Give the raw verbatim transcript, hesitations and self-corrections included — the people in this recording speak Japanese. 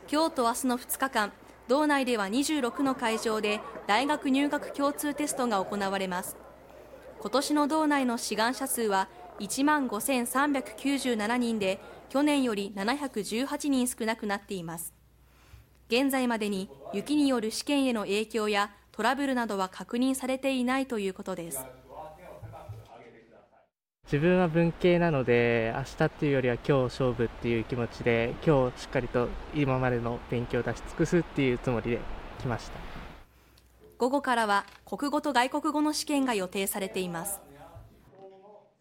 今日と明日のふつかかん、道内ではにじゅうろくの会場で大学入学共通テストが行われます。今年の道内の志願者数はいちまんごせんさんびゃくきゅうじゅうななにんで、去年よりななひゃくじゅうはちにん少なくなっています。現在までに雪による試験への影響やトラブルなどは確認されていないということです。 自分は文系なので、明日っていうよりは今日勝負っていう気持ちで、今日しっかりと今までの勉強を出し尽くすっていうつもりで来ました。 午後からは国語と外国語の試験が予定されています。